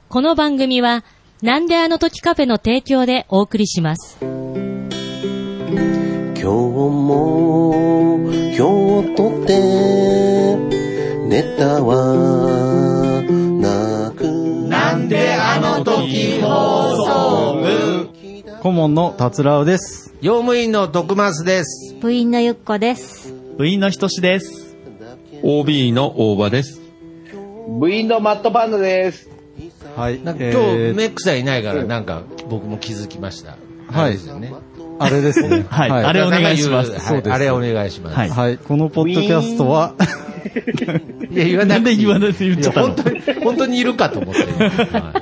この番組はなんであの時カフェの提供でお送りします。 今日とってネタはなく、 なんであの時放送部。 顧問の達郎です。 用務員の徳増です。 部員のゆっこです。 部員のひとしです。 OB の大場です。 部員のマットパンダです。 はい。今日メックさんいないからなんか僕も気づきました。 はい。 ですよね。 あれですね。はい。あれお願いします。 そうです。あれお願いします。 はい。このポッドキャストは、 いや、言わなくていい。 言わなくて言っちゃったの。 本当にいるかと思って。 こ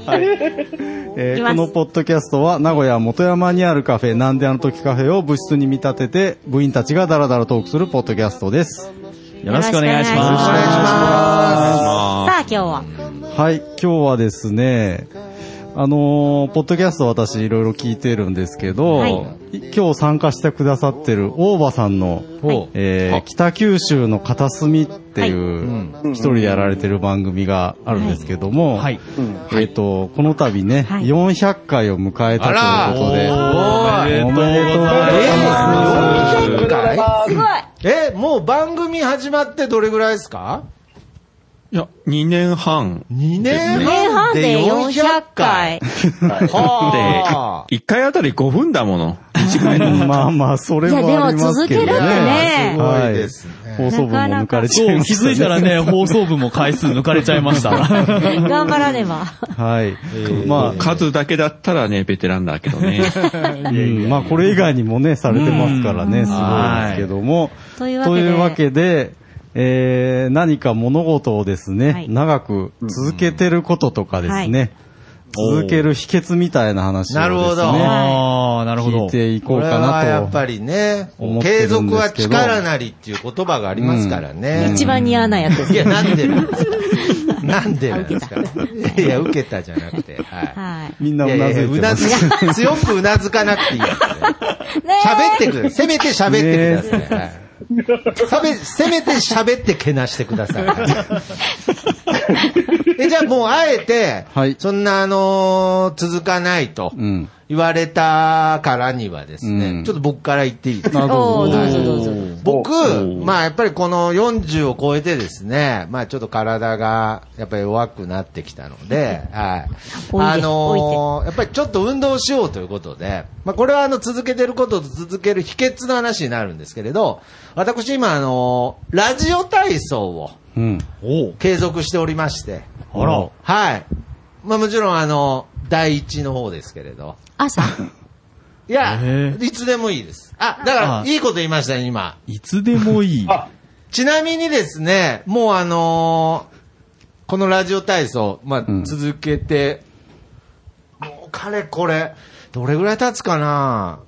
のポッドキャストは名古屋元山にあるカフェなんであの時カフェを部室に見立てて部員たちがダラダラトークするポッドキャストです。よろしくお願いします。よろしくお願いします。 さあ今日は。 はい、今日はですね、ポッドキャスト私いろいろ聞いてるんですけど、はい、今日参加してくださってる大場さんの、北九州の片隅っていう一人やられてる番組があるんですけども、はい、この度ね、はい、400回を迎えたということで、おめでとうございます。 400回？すごい。もう番組始まってどれぐらいですか？ いや、2年半。 2年半で400回。 はぁ。で、1回あたり5分だもの。短いの。 まあまあ、それもありますけどね。 いや、でも続けるってね。 すごいですね。 放送部も抜かれちゃいましたね。 気づいたらね、放送部も回数抜かれちゃいました。 頑張らねば。 はい。 まあ、数だけだったらね、ベテランだけどね。 まあ、これ以外にもね、されてますからね、すごいですけども。というわけで、何か物事をですね、はい、長く続けてることとかですね、続ける秘訣みたいな話をですね、 なるほど。 聞いていこうかなと。これはやっぱりね、継続は力なりっていう言葉がありますからね。 一番似合わないやつです。 いや、なんでなんですか。なんでなんですか。いや、受けたじゃなくて、はい。 みんなうなずいてます。 強くうなずかなくていいやつね。喋ってください。せめて喋ってください。はいせめて喋ってけなしてください。じゃあもうあえて、はい、そんな続かないと言われたからにはですね、ちょっと僕から言っていいですか？ どうぞ。 僕、まあやっぱりこの40を超えてですね、まあちょっと体がやっぱり弱くなってきたので、はい。やっぱりちょっと運動しようということで、まあこれは続けてることと続ける秘訣の話になるんですけれど、私今ラジオ体操を継続しておりまして、はい。まあもちろん第一の方ですけれど。 朝？ いや、いつでもいいです。だからいいこと言いましたね、今。 いつでもいい。 ちなみにですね、もうこのラジオ体操、まあ続けて、もうかれこれ、どれぐらい経つかな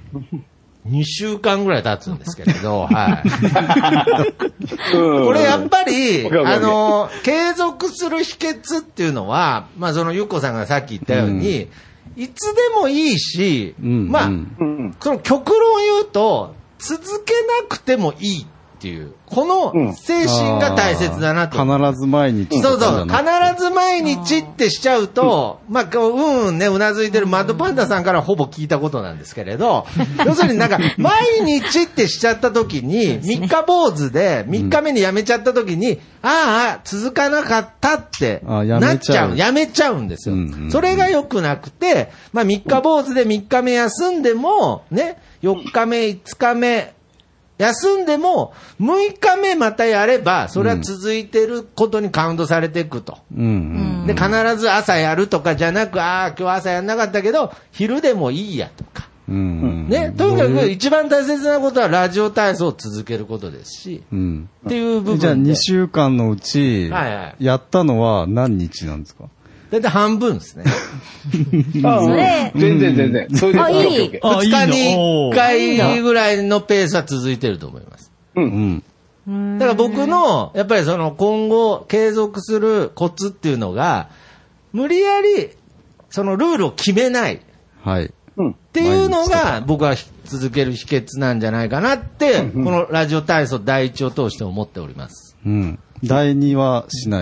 2週間ぐらい経つんですけれど、はい。これやっぱり、継続する秘訣っていうのは、まあそのゆっこさんがさっき言ったように、いつでもいいし、まあ、その極論言うと、続けなくてもいいっていう、この精神が大切だなと。 必ず毎日。 そう、必ず毎日ってしちゃうと、まあ、ね、うなずいてるマッドパンダさんからほぼ聞いたことなんですけれど、要するになんか、毎日ってしちゃった時に、3日坊主で、3日目にやめちゃった時に、続かなかったってなっちゃう。やめちゃうんですよ。それが良くなくて、まあ、3日坊主で3日目休んでも、ね、4日目、5日目、休んでも、6日目またやれば、それは続いてることにカウントされていくと。で、必ず朝やるとかじゃなく、今日朝やんなかったけど、昼でもいいやとか。ね、とにかく一番大切なことはラジオ体操を続けることですし、っていう部分で。 じゃあ2週間のうち、やったのは何日なんですか？ だいたい半分ですね。 それ。 全然。それでいい。 2日に1回ぐらいのペースは続いてると思います。だから僕の、やっぱり今後継続するコツっていうのが、無理やり、そのルールを決めない。 はい。 っていうのが僕は続ける秘訣なんじゃないかなって、このラジオ体操第一を通して思っております。 第二はしない。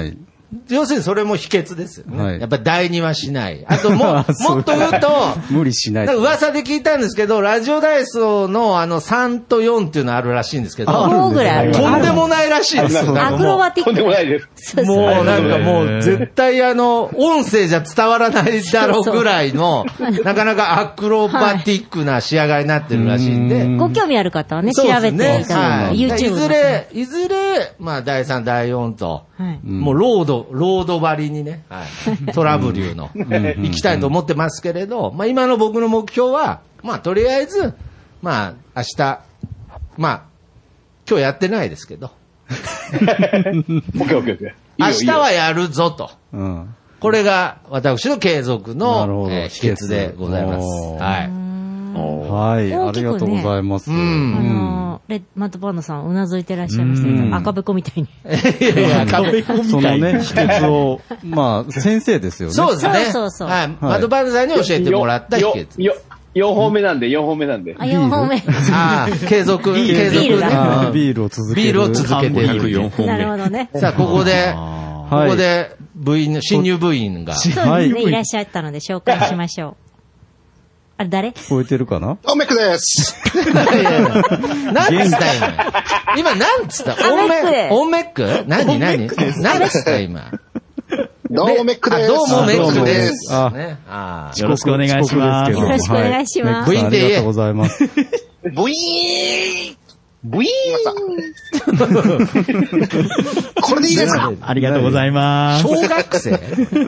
要するにそれも秘訣ですよね。 はいやっぱり第二はしない。あともっと言うと、 無理しないなんか噂で聞いたんですけど、ラジオダイソーの3と4っていうのあるらしいんですけど、 5ぐらいある。 とんでもないらしいですよ。 アクロバティック。 とんでもないです。 そうそう。 もうなんかもう絶対音声じゃ伝わらないだろうぐらいの、なかなかアクロバティックな仕上がりになってるらしいんで。 ご興味ある方はね、調そうべていですね。 ただいて、 はい。 YouTube いずれ、まあ第3、第4と、 はい。 もうロード張りにね、はい、トラブルの、行きたいと思ってますけれど、まあ今の僕の目標は、まあとりあえず、まあ明日、まあ、今日やってないですけど、 オッケーオッケーオッケー。 明日はやるぞと。 うん。 これが私の継続なるほどの、秘訣でございます。 おーはい。 はい。 大きくねありがとうございます。 マットパンダさん、うなずいてらっしゃいますね。赤べこみたいに。 いやいや、壁込みそたいのね、秘訣を、まあ、先生ですよね。 そうですね。 そうそうはい。マドバンドさんに教えてもらった秘訣。 4本目なんで、4本目なんで。 あ、4本目。 ああ、継続ね。 ビールを続ける。 ビールを続けている。 4本目。 なるほどね。 さあ、ここで新入部員が。 そうですね、いらっしゃったので紹介しましょう。あれ誰？ 聞こえてるかな？ オメックです。 何つった今何つったオメック何何つった今。 どうもメックです。 どうもメックです。 あね。 よろしくお願いします。 よろしくお願いします。 部員で言え。 ありがとうございます。 ブイーンブイーンこれでいいですか？ ありがとうございます。 小学生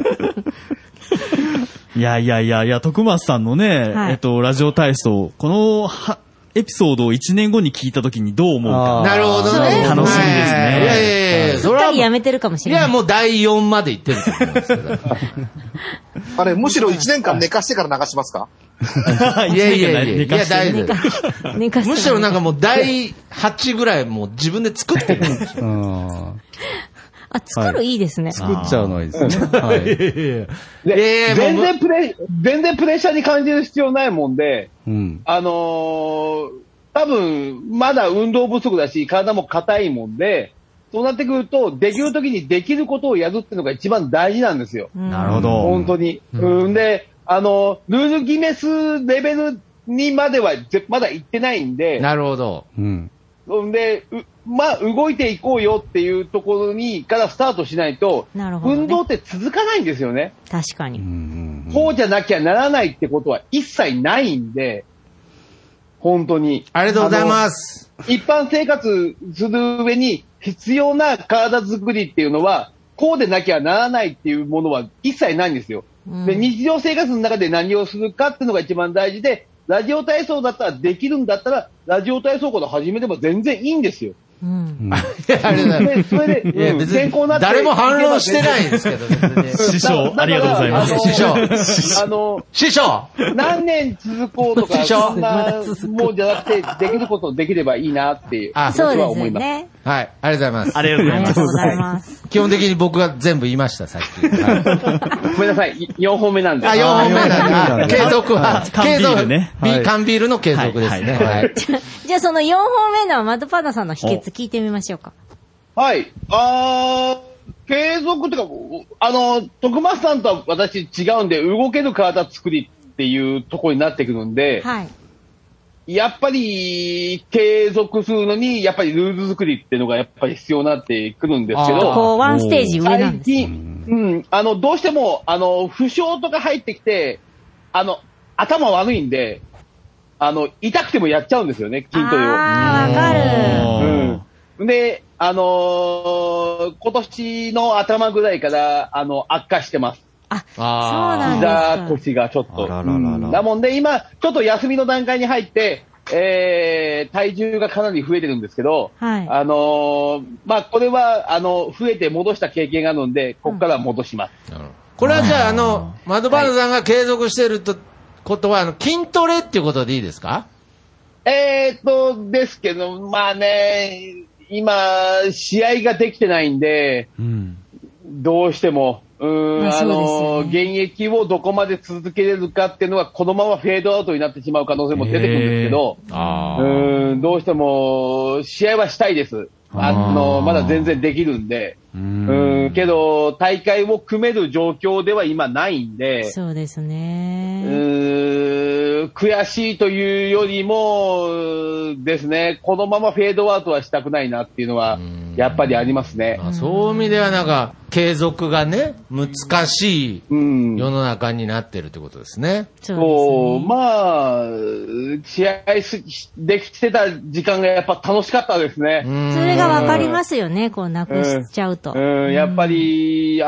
いや、徳松さんのね、 はいラジオ体操、このエピソードを1年後に聞いたときにどう思うか。 なるほどね。 楽しみですね。 いや、 すっかりやめてるかもしれない。 いや、もう第4まで行ってると思いますけど。 あれ、むしろ1年間寝かしてから流しますか？ いや、大丈夫。 寝かしてむしろなんかもう第8ぐらいもう自分で作ってるんですよ。 あ、作るいいですね。 作っちゃうのはいいですね。はい。 全然プレッシャーに感じる必要ないもんで、 うん。 多分、まだ運動不足だし、体も硬いもんで、そうなってくると、できるときにできることをやるっていうのが一番大事なんですよ。 なるほど。 本当に。で、ルール決めすレベルにまではまだ行ってないんで、 なるほど。 うん。 で、まあ、動いていこうよっていうところにからスタートしないと、 なるほどね運動って続かないんですよね。 確かに。 こうじゃなきゃならないってことは一切ないんで、本当に。 ありがとうございます。 一般生活する上に必要な体作りっていうのは、こうでなきゃならないっていうものは一切ないんですよ。で、日常生活の中で何をするかっていうのが一番大事で、ラジオ体操だったらできるんだったら、ラジオ体操から始めれば全然いいんですよ。 いや、あれだ。 それで、 別に誰も反論してないんですけどね。 師匠、ありがとうございます。 師匠何年続こうとか、そんなもんじゃなくて、できることできればいいなって、僕は思います。 ね。 はい、ありがとうございます。 ありがとうございます。 ありがとうございます。 基本的に僕が全部言いました、さっき。 ごめんなさい、4本目なんで。 あ、4本目なんで。継続は、 缶ビールね。 缶ビールの継続ですね。はい。 じゃあその4本目のマッドパンダさんの秘訣聞いてみましょうか。 はい。継続っていうか、徳松さんとは私違うんで、動ける体作りっていうところになってくるんで、 はい。 やっぱり継続するのに、やっぱりルール作りっていうのがやっぱり必要になってくるんですけど、 こう、ワンステージ上なんです。 最近、どうしても、負傷とか入ってきて、頭悪いんで、痛くてもやっちゃうんですよね、筋トレを。 わかる。 で、今年の頭ぐらいから、悪化してます。 そうなんですか。 膝、腰がちょっと。だもんで、今、ちょっと休みの段階に入って、体重がかなり増えてるんですけど、 はい。 まあ、これは、増えて戻した経験があるんで、ここから戻します。 これはじゃあ、マドバードさんが継続していることは、筋トレっていうことでいいですか？ ですけど、まあね、今、試合ができてないんで、どうしても、現役をどこまで続けれるかっていうのは、このままフェードアウトになってしまう可能性も出てくるんですけど、どうしても、試合はしたいです。まだ全然できるんで、 けど、大会を組める状況では今ないんで、 そうですね。 悔しいというよりもですね、このままフェードアウトはしたくないなっていうのは、やっぱりありますね。 そういう意味ではなんか、継続がね、難しい世の中になってるってことですね。 そう、まあ、試合できてた時間がやっぱ楽しかったですね。 それがわかりますよね、こうなくしちゃうと。 やっぱり、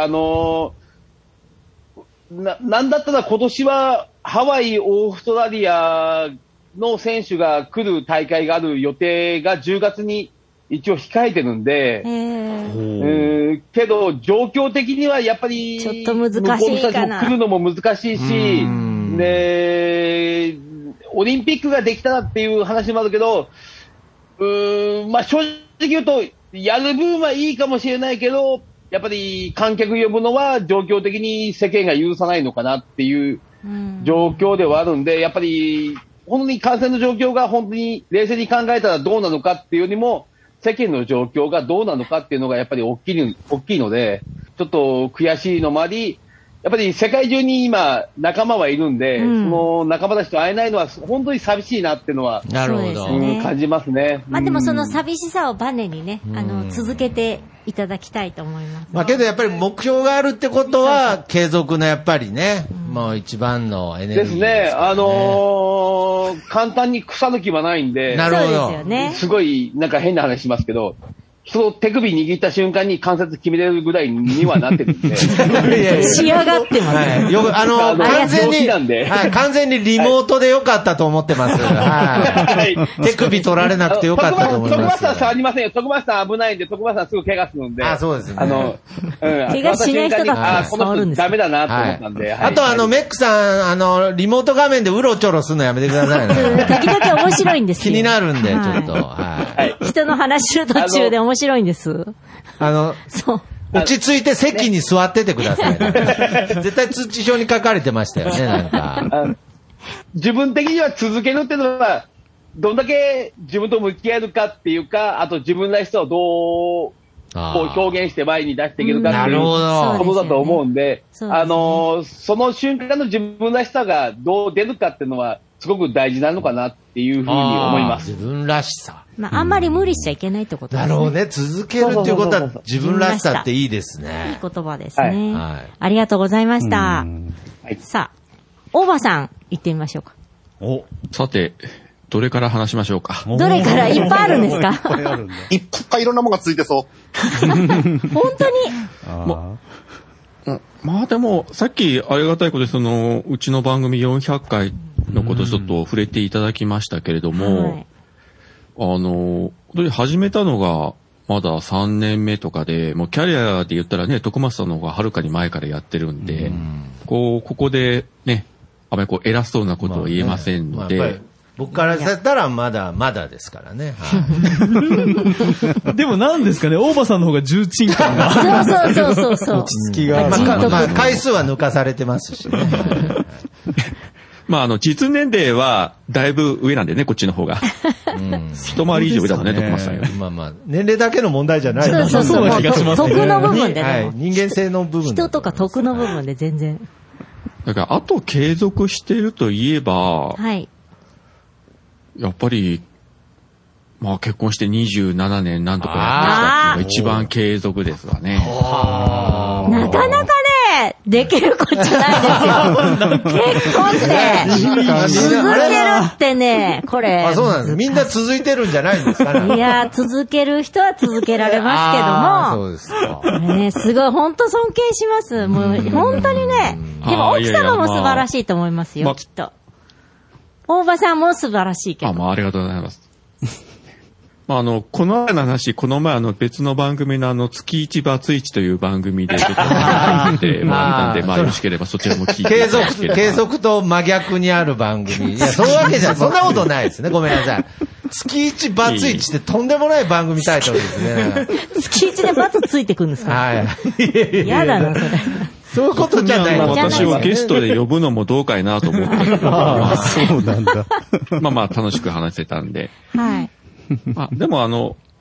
なんだったら今年はハワイ、オーストラリアの選手が来る大会がある予定が10月に一応控えてるんで、けど状況的にはやっぱりちょっと難しいかな。 来るのも難しいし、で、オリンピックができたらっていう話もあるけど、まあ正直言うと、やる分はいいかもしれないけど、やっぱり観客呼ぶのは状況的に世間が許さないのかなっていう状況ではあるんで、やっぱり本当に感染の状況が本当に冷静に考えたらどうなのかっていうよりも、世間の状況がどうなのかっていうのがやっぱり大きいので、ちょっと悔しいのもあり、やっぱり世界中に今仲間はいるんで、その仲間たちと会えないのは本当に寂しいなっていうのは、 なるほど、 感じますね。 まあでもその寂しさをバネにね、続けていただきたいと思います。 まあけどやっぱり目標があるってことは、継続のやっぱりね、もう一番のエネルギーですね。 簡単に腐る気はないんで、 なるほど。 すごいなんか変な話しますけど、人の手首握った瞬間に関節決めれるぐらいにはなってるんで。 仕上がってます。 完全にリモートでよかったと思ってます。手首取られなくてよかったと思います。 徳松さん触りませんよ。徳松さん危ないんで、徳松さんすぐ怪我するんで。 そうですね。 怪我しない人だったら触るんです。 ダメだなと思ったんで。 あとメックさん、リモート画面でうろちょろするのやめてくださいね。 時々面白いんですよ。 気になるんで、ちょっと。 人の話の途中で面白いんです。 そう。落ち着いて席に座っててください、ね。絶対通知表に書かれてましたよね、なんか。 自分的には続けるっていうのは、どんだけ自分と向き合えるかっていうか、あと自分らしさをどうこう表現して前に出していけるかっていうことだと思うんで、その瞬間の自分らしさがどう出るかっていうのは、すごく大事なのかなっていうふうに思います。 自分らしさ。 まあ、あんまり無理しちゃいけないってことですね。 なるほどね。続けるっていうことは自分らしさっていいですね。 いい言葉ですね。ありがとうございました。さあ、大場さん、行ってみましょうか。 さて、どれから話しましょうか。 どれからいっぱいあるんですか？ いっぱいいろんなものがついてそう。 本当に。 まあでも、さっきありがたいことでうちの番組400回のことちょっと触れていただきましたけれども、始めたのがまだ3年目とかで、もうキャリアで言ったらね、徳松さんの方がはるかに前からやってるんで、ここでね、あまり偉そうなことは言えませんので、 僕からされたらまだですからね。 でもなんですかね、大場さんの方が重鎮感が。 そう。 落ち着きがある。 回数は抜かされてますしね。 まあ実年齢はだいぶ上なんでね、こっちの方が。一回り以上上だもんね、徳松さんより。 まあ、年齢だけの問題じゃない。 そうな気がしますね。徳の部分でね。 人間性の部分。 人とか徳の部分で全然。 だから、あと継続しているといえば、やっぱり、まあ結婚して27年なんとかやってきたっていうのが一番継続ですわね。 なかなかね、できることじゃないですよ。結婚って、続けるってね、これ。 そうなんです。みんな続いてるんじゃないんですかね。 いや、続ける人は続けられますけども。 そうですか。 すごい、本当尊敬します。もう、本当にね。でも奥様も素晴らしいと思いますよ、きっと。大場さんも素晴らしいけど。 ありがとうございます。この前の話、この前別の番組の月一バツイチという番組で出てもらってもらったんで、よろしければそちらも聞いていただければ。 継続と真逆にある番組。いや、そういうわけじゃ、そんなことないですね。ごめんなさい。月一バツイチってとんでもない番組タイトルですね。 月一でバツついてくるんですか？ はい。 嫌だな、それ。 そういうことじゃない。 私をゲストで呼ぶのもどうかいなと思って。 そうなんだ。 まあ楽しく話せたんで。 はい。 でも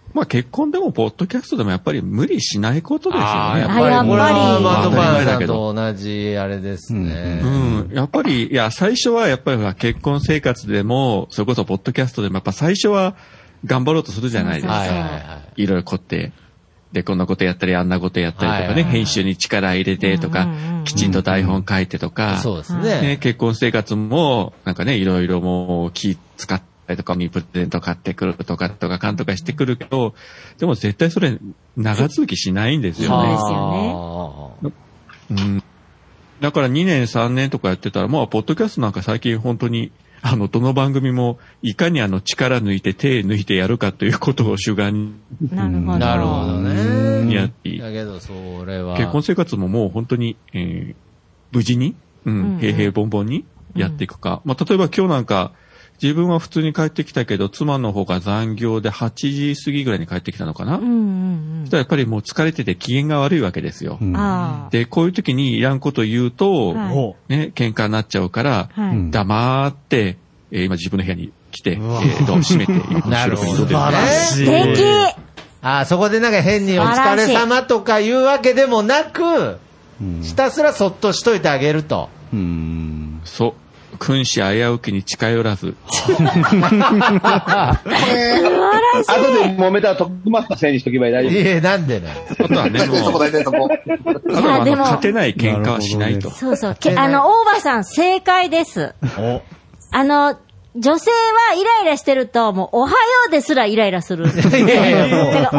まあ結婚でもポッドキャストでもやっぱり無理しないことですよね。 やっぱりこれはマドバーさんと同じあれですね。 やっぱり、いや、最初はやっぱり結婚生活でも、それこそポッドキャストでもやっぱ最初は頑張ろうとするじゃないですか。いろいろこって。で、こんなことやったり、あんなことやったりとかね、編集に力入れてとか、きちんと台本書いてとか、 そうですね。 結婚生活も、なんかね、いろいろもう気使ったりとか、プレゼント買ってくるとか、かんとかしてくるけど、でも絶対それ、長続きしないんですよね。 そうですよね。 だから2年3年とかやってたら、もう、ポッドキャストなんか最近本当に、どの番組も、いかに力抜いて、手抜いてやるかということを主眼に。 なるほど。 なるほどね。 やっていい。 だけど、それは。 結婚生活ももう本当に、無事に、平々凡々にやっていくか。まあ、例えば今日なんか、自分は普通に帰ってきたけど、妻の方が残業で8時過ぎぐらいに帰ってきたのかな。そしたらやっぱりもう疲れてて機嫌が悪いわけですよ。で、こういう時にいらんこと言うと、ね、喧嘩になっちゃうから、黙って、今自分の部屋に来て、ドア閉めて、 なるほど。素晴らしい。素敵。 そこでなんか変にお疲れ様とか言うわけでもなく、ひたすらそっとしといてあげると。 そう。君子危うきに近寄らず。 後で揉めたら徳松のせいにしとけばいい。大丈夫。 いや、なんでね。 あとはね、もう。 そこ大体そこ。 勝てない喧嘩はしないと。 そうそう。大場さん正解です。女性はイライラしてると、もう、おはようですらイライラする。だから、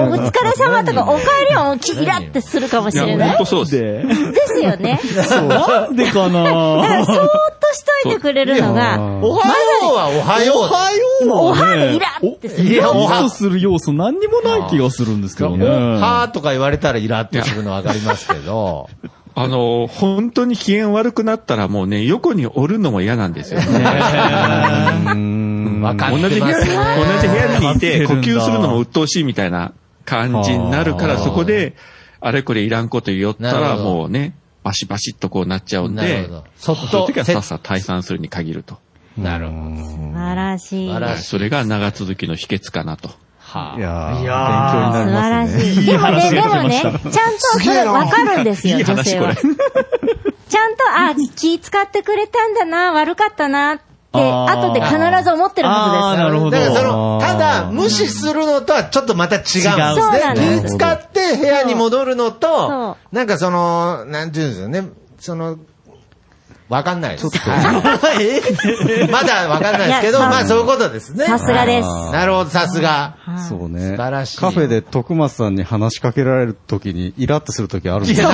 お疲れ様とか、お帰りはもう、イラってするかもしれない。 本当そうです。 ですよね。 なんでかな。 だから、そーっとしといてくれるのが、 おはようはおはよう。 おはようはおはでイラってする。 イラッとする要素何にもない気がするんですけどね。 はーとか言われたらイラッとするのわかりますけど。 本当に機嫌悪くなったらもうね、横におるのも嫌なんですよね。 分かってますね。 同じ部屋にいて呼吸するのも鬱陶しいみたいな感じになるから、そこで、あれこれいらんこと言ったらもうね、バシバシっとこうなっちゃうんで、 そっと。 さっさ退散するに限ると。 なるほど。 素晴らしい。 それが長続きの秘訣かなと。 いや勉強になりますね。 でもね、ちゃんとそれ分かるんですよ、女性は。ちゃんと、気使ってくれたんだな、悪かったなって、後で必ず思ってるはずです。 なるほど。 だからただ、無視するのとはちょっとまた違うんですね。気使って部屋に戻るのと、なんかなんていうんですよね、わかんないです。まだわかんないですけど、まあそういうことですね。 さすがです。 なるほど、さすが。 そうね。 素晴らしい。 カフェで徳松さんに話しかけられるときにイラッとするときあるんですよ。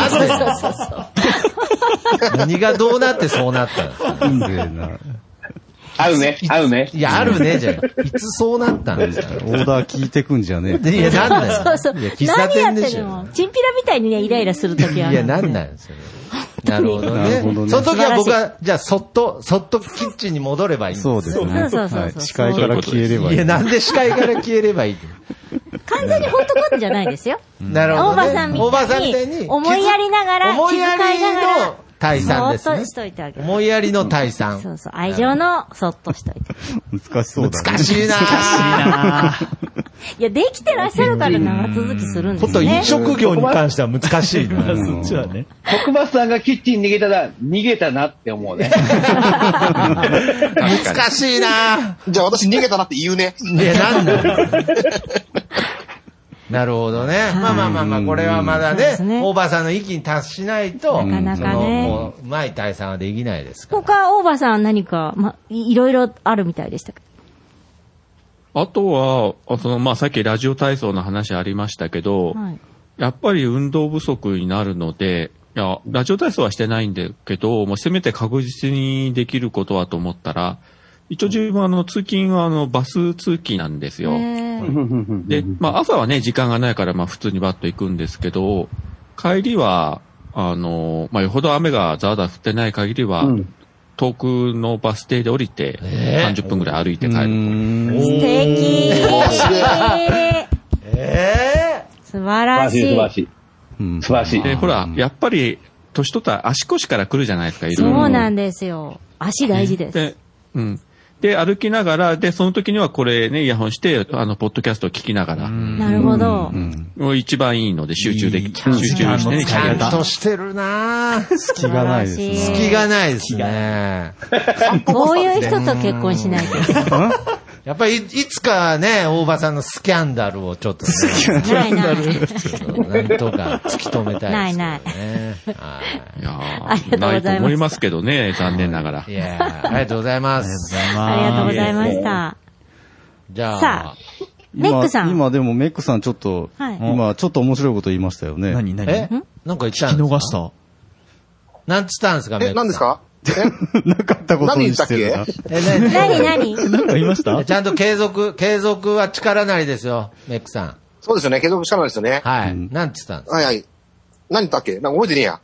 何がどうなってそうなったんですか。 あるね、あるね。 いや、あるね、じゃあ。いつそうなったんですか。 オーダー聞いてくんじゃねえ。 いや、なんだよ。 そう。 いや、喫茶店でしょ。 チンピラみたいにね、イライラするときは。 いや、なんなんですよ。なるほどね。その時は僕は、じゃあ、そっとキッチンに戻ればいいんですね。 そうですね。視界から消えればいい。 いや、なんで視界から消えればいい完全に放っとくんじゃないですよ。 なるほど。 大場さんみたいに、思いやりながら、気遣いながら、 退散ですね。 そっとしといてあげる。 思いやりの退散。 そう、愛情のそっとしといて。 難しそうだね。 難しいいや、できてらっしゃるから長続きするんですね。 ほんと、飲食業に関しては難しいな。 そっちはね。 徳松さんがキッチン逃げたら、逃げたなって思うね。 難しいな。 じゃあ私逃げたなって言うね。 いや、なんだ。なるほどね。まあ、これはまだね、大場さんの域に達しないと、 なかなかね、 うまい退散はできないですから。 他、大場さん何か、いろいろあるみたいでしたけど。あとは、さっきラジオ体操の話ありましたけど、やっぱり運動不足になるので、いや、ラジオ体操はしてないんだけど、もうせめて確実にできることはと思ったら、一応自分は通勤はバス通勤なんですよ。で、朝はね、時間がないから普通にバッと行くんですけど、帰りは、よほど雨がザーザー降ってない限りは、遠くのバス停で降りて、30分ぐらい歩いて帰る。 素敵素晴らしい。 素晴らしい。 で、ほら、やっぱり、年取ったら足腰から来るじゃないですか、いろいろ。 そうなんですよ。足大事です。 で、歩きながら、で、その時にはこれね、イヤホンして、ポッドキャストを聞きながら。 なるほど。 一番いいので、集中してね。 ちゃんとしてるなぁ。 隙がないですね。 隙がないですね。 こういう人と結婚しないと。 やっぱりいつかね、大場さんのスキャンダルをちょっとね。 ないない。 なんとか突き止めたいですね。 ないない。 いやありがとうございます。 ないと思いますけどね、残念ながら。 いやありがとうございます。 ありがとうございました。 じゃあ。 さあ、メックさん。 今でもメックさんちょっと、今ちょっと面白いこと言いましたよね。 何なんか言ったんですか？ 聞き逃した。 なんつったんですか、メックさん。 何ですか？ なかったことにしてるな。 何なんか言いました？ ちゃんと継続は力なりですよ、メックさん。 そうですよね、継続力ですよね。 はい。なんつったんですか？ はいはい。何言ったっけ？なんか覚えてねえや。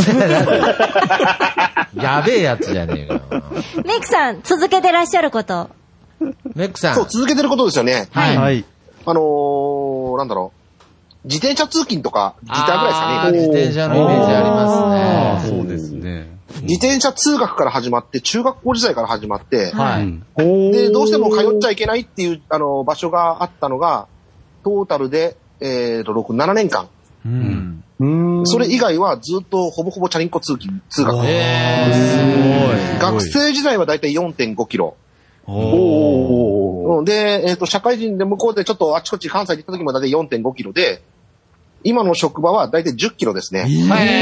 やべえやつじゃねえか。 メックさん、続けてらっしゃること。 メックさん。 そう、続けてることですよね。 はい。 なんだろう。自転車通勤とか、ギターぐらいですかね。 自転車のイメージありますね。 そうですね。 自転車通学から始まって、中学校時代から始まって、 はい。 で、どうしても通っちゃいけないっていう、場所があったのが、トータルで、6、7年間。それ以外はずっとほぼほぼチャリンコ通学。 すごい。 学生時代はだいたい 4.5 キロ。で、社会人で向こうでちょっとあちこち関西に行った時もだいたい 4.5 キロで、今の職場はだいたい10キロですね。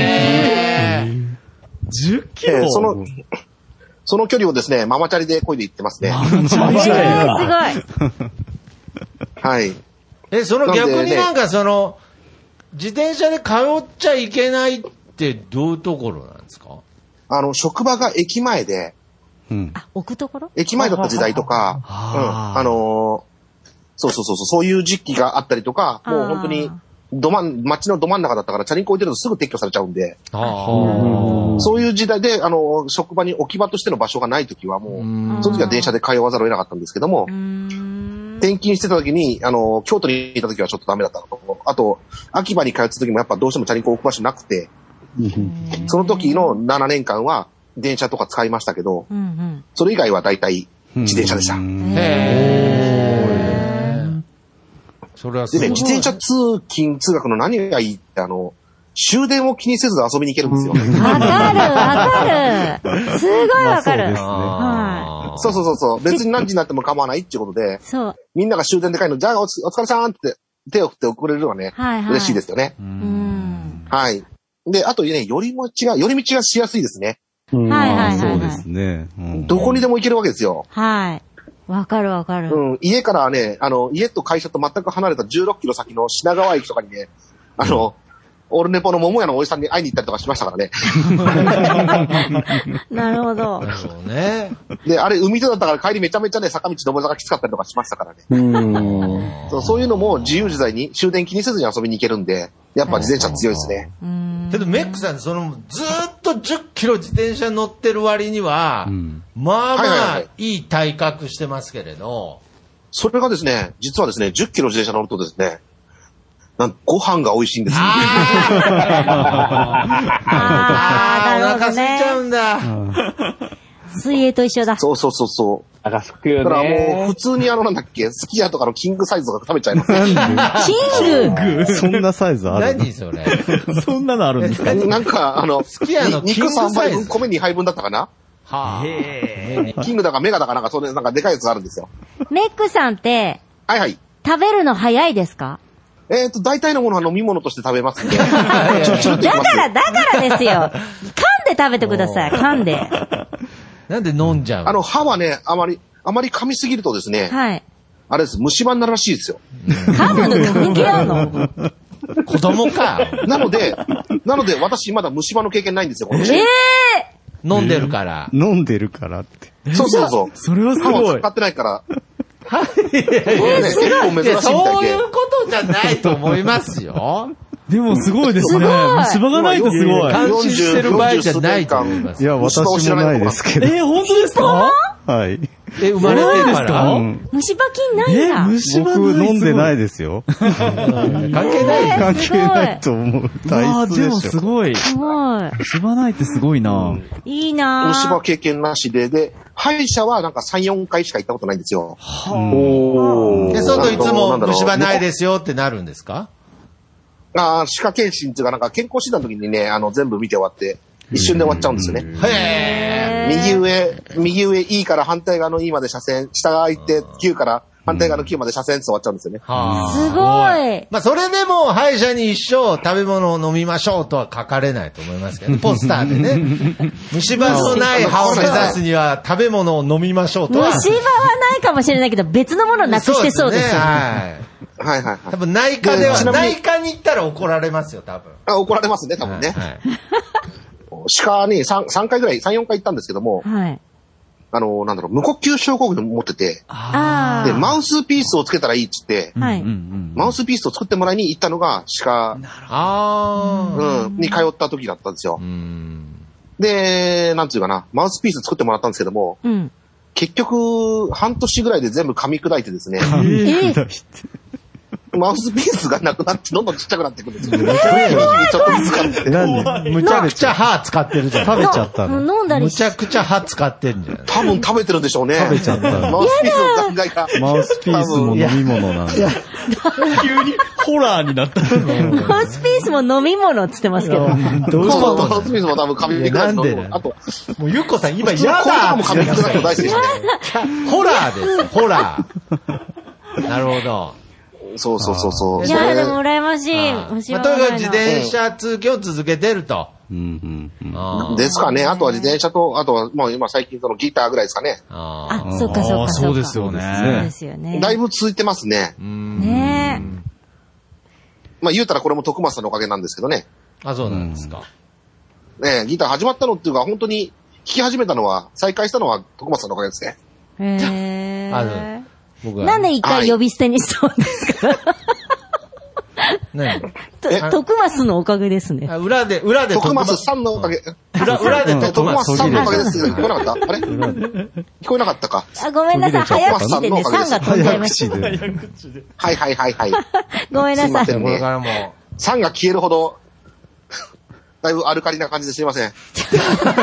10キロその距離をですね、ママチャリで漕いで行ってますね。 すごい。 はい。 その逆になんか自転車で通っちゃいけないってどういうところなんですか？ 職場が駅前で、 置くところ？ 駅前だった時代とか、そういう時期があったりとか、もう本当に、街のど真ん中だったから、チャリンコ置いてるとすぐ撤去されちゃうんで、そういう時代で、職場に置き場としての場所がないときはもう、その時は電車で通わざるを得なかったんですけども、転勤してた時に、京都にいた時はちょっとダメだったのと、あと、秋葉に通ってた時もやっぱどうしてもチャリンコ置く場所なくて、その時の7年間は電車とか使いましたけど、それ以外は大体自転車でした。 それはでね、自転車通勤、通学の何がいいって、終電を気にせず遊びに行けるんですよ。 わかる。すごいわかる。 そう。別に何時になっても構わないっていうことで、みんなが終電で帰るの、じゃあお疲れさんって手を振って送れるのはね、嬉しいですよね。はい。で、あとね、寄り道がしやすいですね。 そうですね。 どこにでも行けるわけですよ。 はい。わかる。 家からね、家と会社と全く離れた16キロ先の品川駅とかにね、オールネポの桃屋のおじさんに会いに行ったりとかしましたからね。 なるほど。 ね。 で、あれ、海沿いだったから帰りめちゃめちゃね、坂道上り坂きつかったりとかしましたからね。そういうのも自由自在に終電気にせずに遊びに行けるんで、やっぱ自転車強いですね。 けどメックさん、ずーっと10キロ自転車乗ってる割には、まあいい体格してますけれど。 それがですね、実はですね、10キロ自転車乗るとですね、ご飯が美味しいんですよ。 お腹空いちゃうんだ。 水泳と一緒だ。 そう。だからもう普通にすき家とかのキングサイズとか食べちゃいます。 キングそんなサイズある？ 何それ？ そんなのあるんですか？ すき家の肉3杯分、米2杯分だったかな？キングだかメガだかなんかでかいやつがあるんですよ。 メックさんって、 はい。 食べるの早いですか？ 大体のものは飲み物として食べますんで。だからですよ。噛んで食べてください、噛んで。 なんで飲んじゃう？ 歯はね、あまり噛みすぎるとですね、あれです、虫歯になるらしいですよ。 噛むの関係あるの？ 子供か。 なので、私まだ虫歯の経験ないんですよ、 飲んでるから。 飲んでるからって。 そう。 それはすごい。 歯を使ってないから。 結構珍しいみたいで。そういうことじゃないと思いますよ。 でもすごいですね。虫歯がないとすごい。 感心してる場合じゃないと思います。 いや、私もないですけど。 本当ですか？ はい。 生まれてから虫歯菌ないんだ。 僕飲んでないですよ。 関係ないと思う。体質でしょ。 でもすごい。虫歯ないってすごいな。 いいな。 虫歯経験なしで、 歯医者はなんか3、4回しか行ったことないんですよ。 で、外いつも虫歯ないですよってなるんですか？ 歯科検診っていうか、なんか健康診断の時にね、全部見て終わって、一瞬で終わっちゃうんですよね。右上 E から反対側の E まで車線、下が空いて Q から反対側の Q まで車線って終わっちゃうんですよね。 すごい。 まあ、それでも歯医者に一生食べ物を飲みましょうとは書かれないと思いますけど、ポスターでね。虫歯のない歯を目指すには食べ物を飲みましょうとは。 虫歯はないかもしれないけど、別のものをなくしてそうですよ。 はいはいはい。 多分内科では、内科に行ったら怒られますよ、多分。 怒られますね、多分ね。歯科に3回ぐらい、3、4回行ったんですけども、はい。無呼吸症候群持ってて、で、マウスピースをつけたらいいっつって、はい。マウスピースを作ってもらいに行ったのが歯科、に通った時だったんですよ。で、なんていうかな、マウスピース作ってもらったんですけども、結局、半年ぐらいで全部噛み砕いてですね、マウスピースがなくなってどんどんちっちゃくなっていくんですよ。ちょっとずつ使って。 むちゃくちゃ歯使ってるじゃん。 食べちゃったの。 飲んだりむちゃくちゃ歯使ってるんじゃない？ 多分食べてるんでしょうね。 食べちゃった。 マウスピースの残骸が。 マウスピースも飲み物なんだ。 急にホラーになった。 マウスピースも飲み物って言ってますけど。 どういうこと？マウスピースも多分噛み砕く。 なんで？あと、もうゆっこさん今嫌だ。 こういうのも噛み砕くの大好きですね。 ホラーです。ホラー。なるほど。 そう。 いや、でも羨ましい。 とにかく自転車通勤を続けてると。 ですかね。あとは自転車と、あとはもう今最近そのギターぐらいですかね。 そっか。 そうですよね。 そうですよね。 だいぶ続いてますね。 ねえ。 まあ言うたらこれも徳松さんのおかげなんですけどね。 そうなんですか。 ギター始まったのっていうか、本当に弾き始めたのは、再開したのは徳松さんのおかげですね。 なんで一回呼び捨てにしたんですか？徳松のおかげですね。 裏で徳松さんのおかげ。 裏で徳松さんのおかげですけど、聞こえなかった？あれ？聞こえなかったか。 ごめんなさい。早口でね、さんが飛んじゃいました。 はい。 ごめんなさい。 これからも。さんが消えるほど、だいぶアルカリな感じですいません。いつも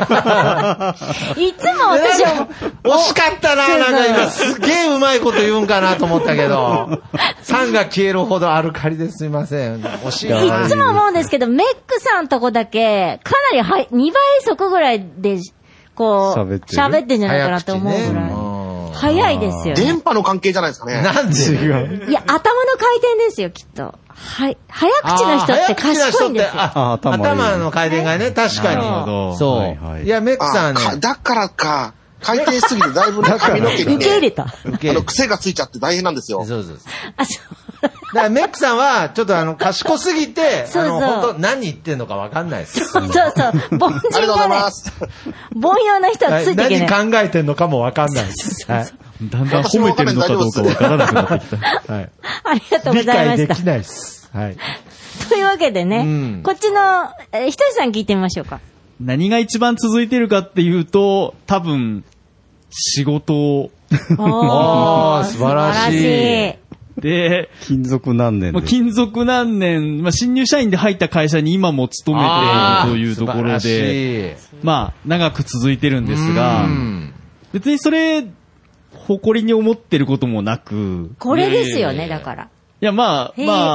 私は。 惜しかったな、なんか今すげえうまいこと言うんかなと思ったけど、酸が消えるほどアルカリですいません。惜しいな。 いつも思うんですけど、メックさんとこだけ、かなり2倍速ぐらいで、こう、喋ってんじゃないかなって思うぐらい。早いですよね。 電波の関係じゃないですかね。 なんで違う。いや、頭の回転ですよ、きっと。はい。早口の人って賢いんですよ。 頭の回転がね、確かに。そう。いや、メックさんね。 だからか。回転しすぎてだいぶ髪の毛にね。 受け入れた。 癖がついちゃって大変なんですよ。 そう。だからメックさんは、ちょっと賢すぎて、本当何言ってんのかわかんないです。 そう。凡人がね。ありがとうございます。凡庸な人はついていけない。 何考えてんのかもわかんないです。 だんだん褒めてるのかどうかわからなくなってきた。 はい。ありがとうございました。 理解できないです。はい。 というわけでね、こっちの、ひとりさん聞いてみましょうか。 何が一番続いてるかっていうと、多分、仕事を。 素晴らしい。 で、 勤続何年新入社員で入った会社に今も勤めているというところで、長く続いてるんですが、別にそれ、誇りに思ってることもなく。 これですよね、だから。 いや、淡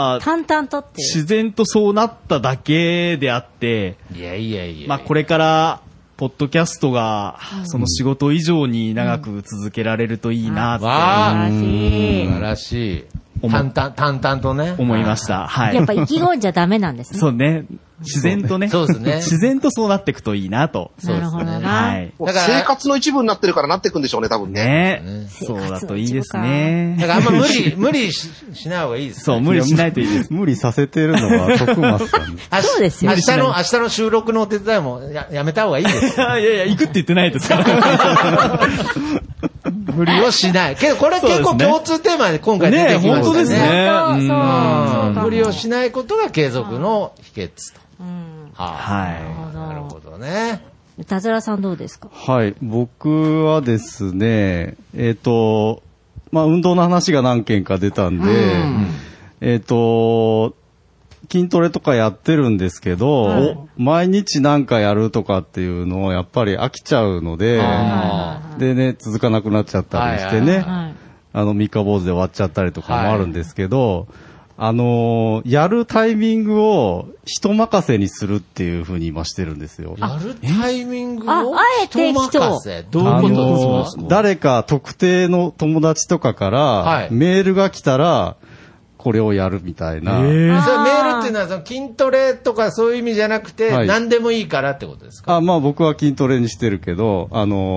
々とって。 自然とそうなっただけであって、これから、ポッドキャストが、その仕事以上に長く続けられるといいなって。 素晴らしい。淡々とね。 思いました。はい。 やっぱ意気込んじゃダメなんですね。 そうね。自然とね。 そうですね。 自然とそうなっていくといいなと。 なるほどな。 はい。 だから生活の一部になってるからなっていくんでしょうね、多分ね。 そうだといいですね。 だからあんま無理しない方がいいです。 そう、無理しないといいです。 無理させてるのは徳松さん。 そうですよ。 明日の収録のお手伝いもやめた方がいいです。 いや、行くって言ってないですから。 無理をしない。けどこれ結構共通テーマで今回出てきましたね。 本当ですね。 無理をしないことが継続の秘訣と。 はい。 なるほどね。 田面さんどうですか？ はい。僕はですね、運動の話が何件か出たんで、 筋トレとかやってるんですけど、毎日なんかやるとかっていうのをやっぱり飽きちゃうので、でね、続かなくなっちゃったりしてね、三日坊主で終わっちゃったりとかもあるんですけど、やるタイミングを人任せにするっていう風に今してるんですよ。 やるタイミングをあえて人任せ。どういうことですか？ 誰か特定の友達とかから、メールが来たら、これをやるみたいな。 それメールっていうのはその筋トレとかそういう意味じゃなくて、何でもいいからってことですか？ まあ僕は筋トレにしてるけど、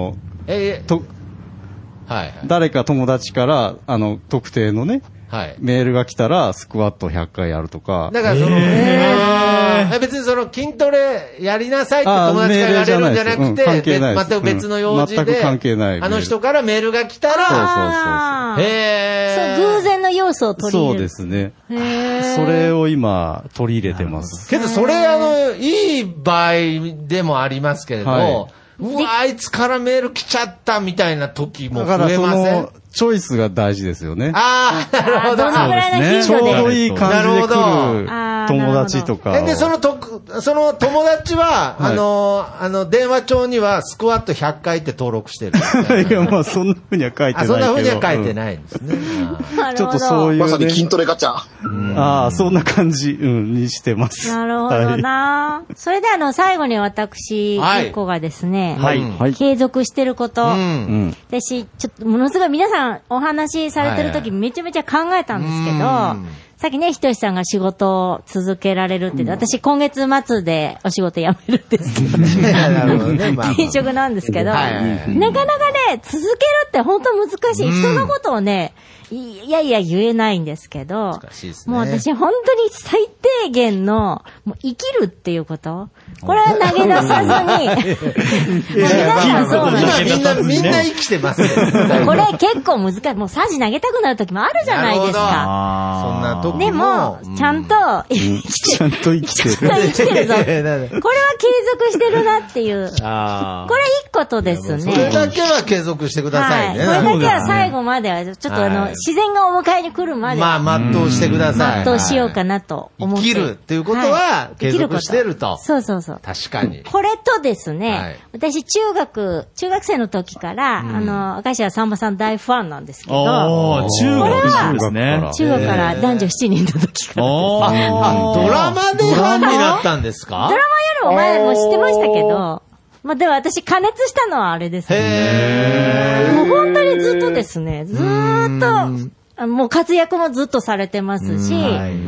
誰か友達から、特定のね、メールが来たら、スクワット100回やるとか。 だから別にその筋トレやりなさいって友達から言われるんじゃなくて、また別の用事で、あの人からメールが来たら、 偶然の要素を取り入れる。 そうですね。それを今、取り入れてます。 けどそれ、いい場合でもありますけれど、うわ、あいつからメール来ちゃったみたいな時も増えません？だからそのチョイスが大事ですよね。 なるほど。 どのぐらいの頻ちょう度で。 どいい感じで来る友達とか。 で、その友達は、電話帳にはスクワット100回って登録してる。 いや、まあそんな風には書いてないけど。 そんな風には書いてないんですね。 ちょっとそういう。 まさに筋トレガチャ。 そんな感じ、にしてます。 なるほどな。それで最後に私、一個がですね、継続してること。私、ちょっとものすごい皆さんお話しされてる時めちゃめちゃ考えたんですけど、さっきね、ひとしさんが仕事を続けられるって、私今月末でお仕事辞めるんですけど、転職なんですけど、なかなかね、続けるって本当難しい。人のことをね、いやいや言えないんですけど、もう私本当に最低限の、もう生きるっていうこと、これは投げ出さずに、皆さんそうなんです。 みんな生きてますね。 これ結構難しい。もうサジ投げたくなる時もあるじゃないですか。 そんな時も。 でも、ちゃんと生きてる。 ちゃんと生きてる。 生きてるぞ。これは継続してるなっていう。これいいことですね。 それだけは継続してくださいね。 これだけは最後までは、ちょっと自然がお迎えに来るまで。 全うしてください。 全うしようかなと思って。 生きるっていうことは、継続してると。 そうそうそう。 確かに。 これとですね、私中学生の時から、明石家さんまさん大ファンなんですけど、 中学ですね。 中学から男女7人の時から。 ドラマでファンになったんですか？ ドラマよりも前も知ってましたけど、でも私加熱したのはあれですね。もう本当にずっとですね、ずーっと、もう活躍もずっとされてますし、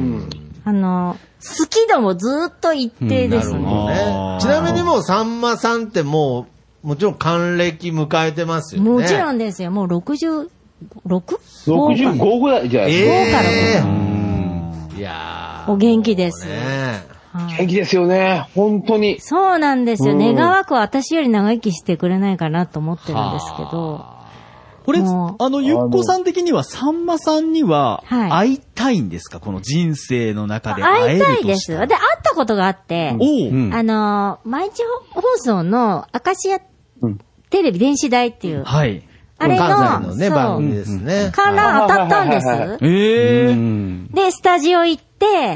好き度もずっと一定ですね。 ちなみにもうさんまさんってもちろん還暦迎えてますよね。 もちろんですよ。もう66？ 65ぐらいじゃないですか。 5から5。いやー。 お元気です。 元気ですよね。本当に。 そうなんですよ。願わくは私より長生きしてくれないかなと思ってるんですけど。 これ、ゆっこさん的には、さんまさんには、会いたいんですか？この人生の中で会えるとしたら。 会いたいです。で、会ったことがあって、毎日放送の明石家テレビ電子台っていう、あれの、 ね、番組ですね。 観覧当たったんです。で、スタジオ行って、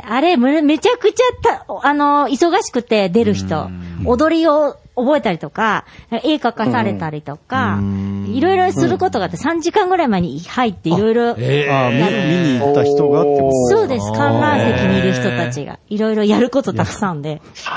あれ、めちゃくちゃ忙しくて出る人、踊りを覚えたりとか、絵描かされたりとか、いろいろすることがあって、3時間ぐらい前に入っていろいろ。 見に行った人がってこと？ そうです。観覧席にいる人たちが、いろいろやることたくさんで。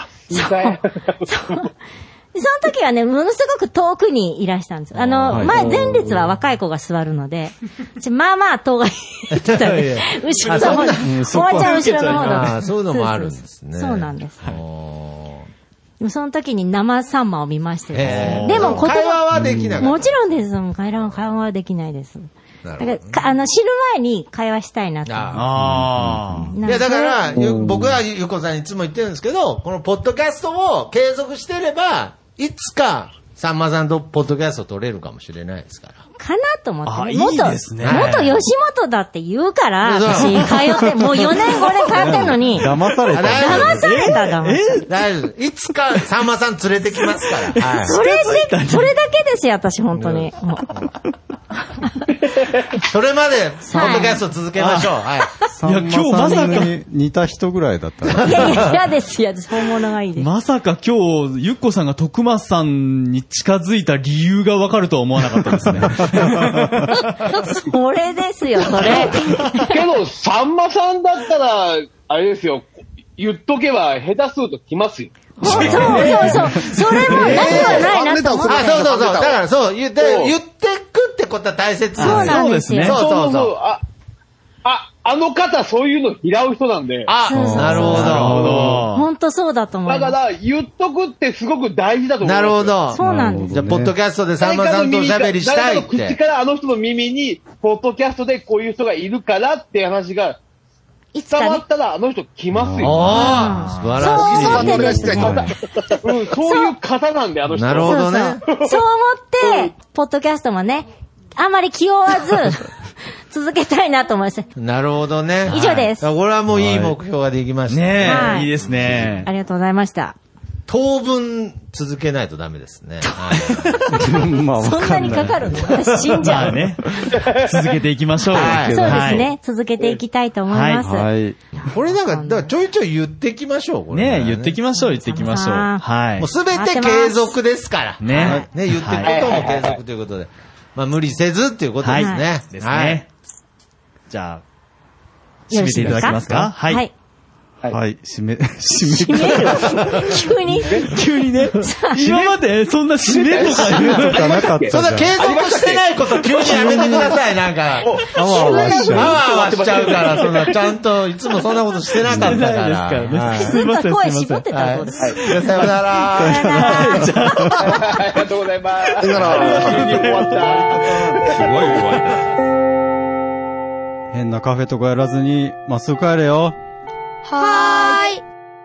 その時はね、ものすごく遠くにいらしたんです。前列は若い子が座るので、まあまあ遠がいてたね。後ろの方に。おばちゃん後ろの方だ。 そういうのもあるんですね。 そうなんです。その時に生サンマを見ましてですね。でも会話はできない。 もちろんです。会話はできないです。だから知る前に会話したいなと。いや、だから、僕はゆこさんにいつも言ってるんですけど、このポッドキャストを継続してれば、いつか、さんまさんとポッドキャスト撮れるかもしれないですから。 かなと思って、 いいですね。 元吉本だって言うから、私、通って、もう4年5年通ってんのに。 騙された。 騙された。 大丈夫。いつか、さんまさん連れてきますから。 それだけですよ、私、本当に。 それまで、ポッドキャスト続けましょう。はい。 いや、今日まさか。似た人ぐらいだったら。 いやいや、嫌です、嫌です。本物がいいです。 まさか今日、ゆっこさんが徳松さんに近づいた理由がわかるとは思わなかったですね。 それですよ、それ。 けど、さんまさんだったら、あれですよ、言っとけば下手すると来ますよ。 そう。それもなくはないなと思って。 そう。だからそう、言ってくってことは大切そうなんですね。 そう。 あの方、そういうの拾う人なんで。 なるほど。 本当そうだと思います。 だから、言っとくってすごく大事だと思う。 なるほど。 そうなんです。 じゃあ、ポッドキャストでさんまさんとおしゃべりしたいって。 誰かの口からあの人の耳に、ポッドキャストでこういう人がいるからって話が、伝わったらあの人来ますよ。 素晴らしい。 そう思ってですね。 そういう方なんで、あの人。 なるほどね。 そう思って、ポッドキャストもね、あんまり気負わず、続けたいなと思います。 なるほどね。 以上です。 これはもういい目標ができましたね。いいですね。 ありがとうございました。 当分続けないとダメですね。 まあ、 そんなにかかるの？私死んじゃう。 ね。続けていきましょう。 そうですね。続けていきたいと思います。 これなんか、だからちょいちょい言ってきましょう。 ね、言ってきましょう。はい。 もうすべて継続ですから。 ね。 言ってくことも継続ということで。まあ無理せずっていうことですね。 ですね。じゃあ、締めていただけますか？ はい。締める急にね。今までそんな締めとか言うとかなかった。 そんな継続してないこと急にやめてください、なんか。あわあわしちゃうから、そんな、ちゃんといつもそんなことしてなかったから。 すいません。 声絞ってたらどうですか？ さよなら。 ありがとうございます。 すごい終わった。 変なカフェとかやらずに、まっすぐ帰れよ。 はーい。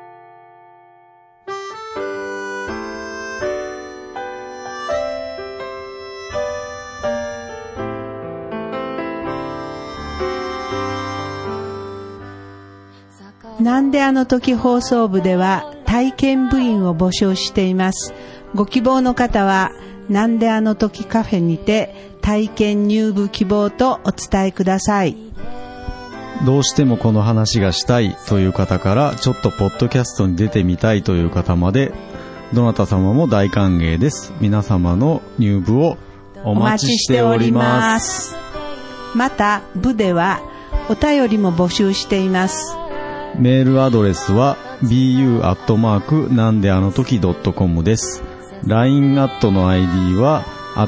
なんであの時放送部では体験部員を募集しています。ご希望の方はなんであの時カフェにて体験入部希望とお伝えください。 どうしてもこの話がしたいという方からちょっとポッドキャストに出てみたいという方までどなた様も大歓迎です。皆様の入部をお待ちしております。 また部ではお便りも募集しています。 メールアドレスは bu@ なんであの時 .com です。 LINE アットの ID は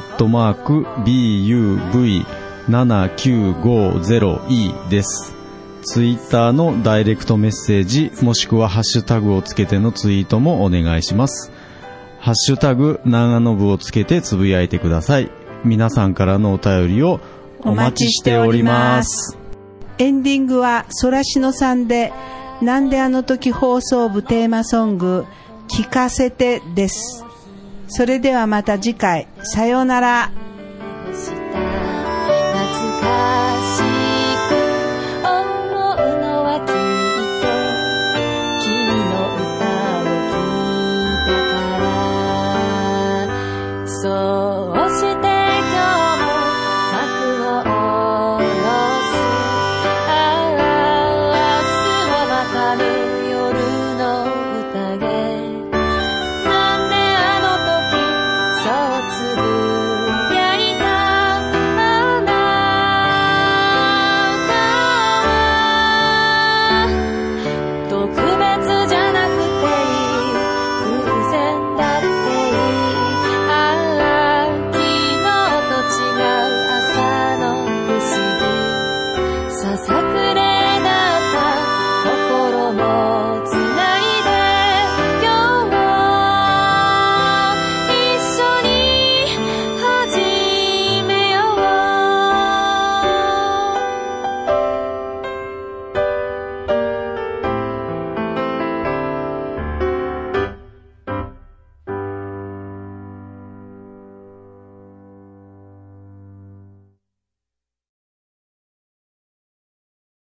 @buv7950e です。ツイッターのダイレクトメッセージもしくはハッシュタグをつけてのツイートもお願いします。ハッシュタグ長野部をつけてつぶやいてください。皆さんからのお便りをお待ちしております。 エンディングはソラシノさんでなんであの時放送部テーマソング聞かせてです。それではまた次回、さようなら。 そう